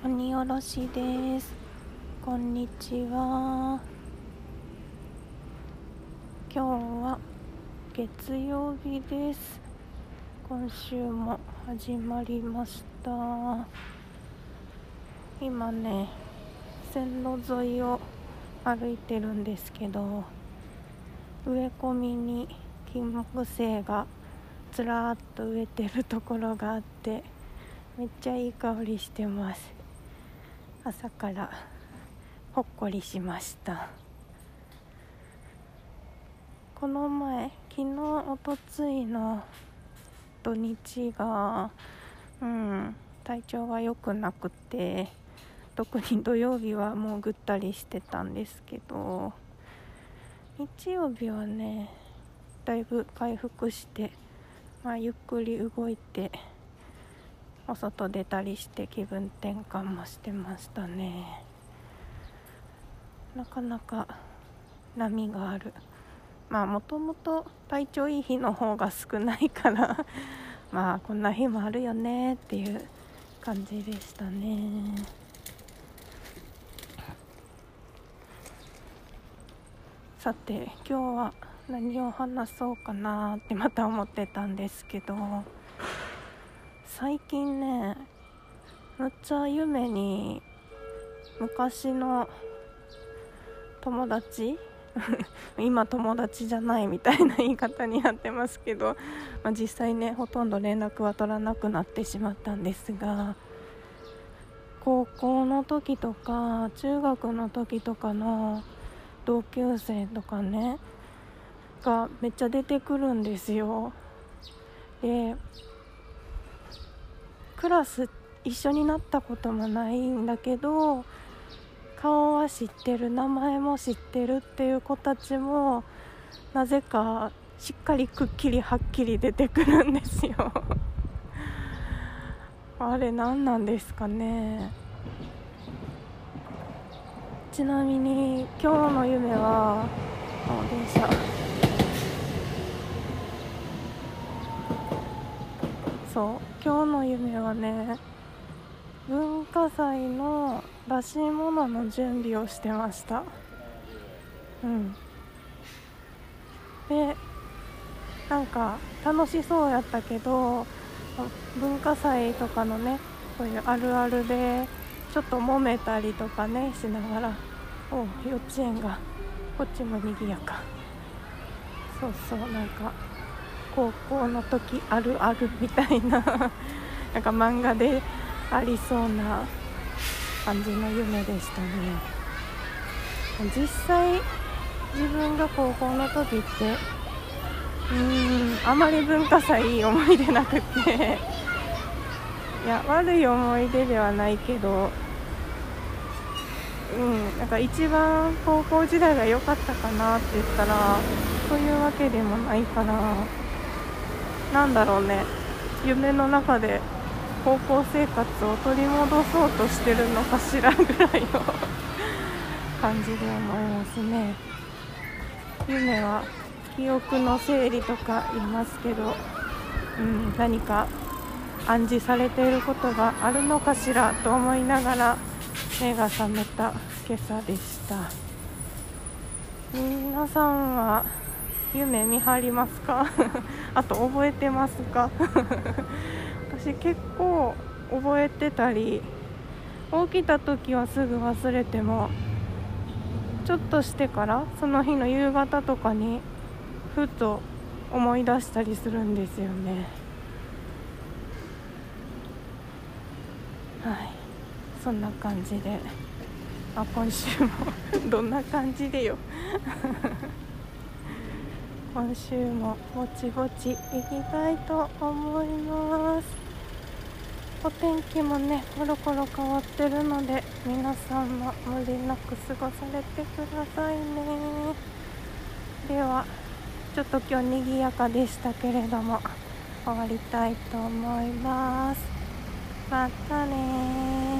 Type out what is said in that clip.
鬼おろしです。こんにちは。今日は月曜日です。今週も始まりました。今ね、線路沿いを歩いてるんですけど、植え込みに金木犀がずらーっと植えてるところがあって、めっちゃいい香りしてます。朝からほっこりしました。この前、昨日おとついの土日が体調が良くなくて、特に土曜日はもうぐったりしてたんですけど、日曜日はねだいぶ回復して、ゆっくり動いてお外出たりして気分転換もしてましたね。なかなか波がある。もともと体調いい日の方が少ないからこんな日もあるよねっていう感じでしたね。さて、今日は何を話そうかなってまた思ってたんですけど、最近ねむっちゃ夢に昔の友達今友達じゃないみたいな言い方になってますけど、実際ねほとんど連絡は取らなくなってしまったんですが、高校の時とか中学の時とかの同級生とかねがめっちゃ出てくるんですよ。で、クラス一緒になったこともないんだけど、顔は知ってる、名前も知ってるっていう子たちもなぜかしっかりくっきりはっきり出てくるんですよあれ何なんですかね。ちなみに今日の夢は電車今日の夢はね、文化祭の出し物の準備をしてました。で、なんか楽しそうやったけど、文化祭とかのねそういうあるあるでちょっと揉めたりとかねしながら、幼稚園がこっちも賑やか。なんか高校の時あるあるみたいななんか漫画でありそうな感じの夢でしたね。実際自分が高校の時ってあまり文化祭いい思い出なくっていや悪い思い出ではないけど、なんか一番高校時代が良かったかなって言ったらそういうわけでもないから、なんだろうね、夢の中で高校生活を取り戻そうとしてるのかしらぐらいの感じで思いますね。夢は記憶の整理とか言いますけど、何か暗示されていることがあるのかしらと思いながら目が覚めた今朝でした。皆さんは夢見張りますかあと覚えてますか私結構覚えてたり、起きた時はすぐ忘れてもちょっとしてからその日の夕方とかにふと思い出したりするんですよね。そんな感じで、今週もどんな感じでよ今週もぼちぼち行きたいと思います。お天気もねコロコロ変わってるので、皆さんも無理なく過ごされてくださいね。ではちょっと今日賑やかでしたけれども終わりたいと思います。またね。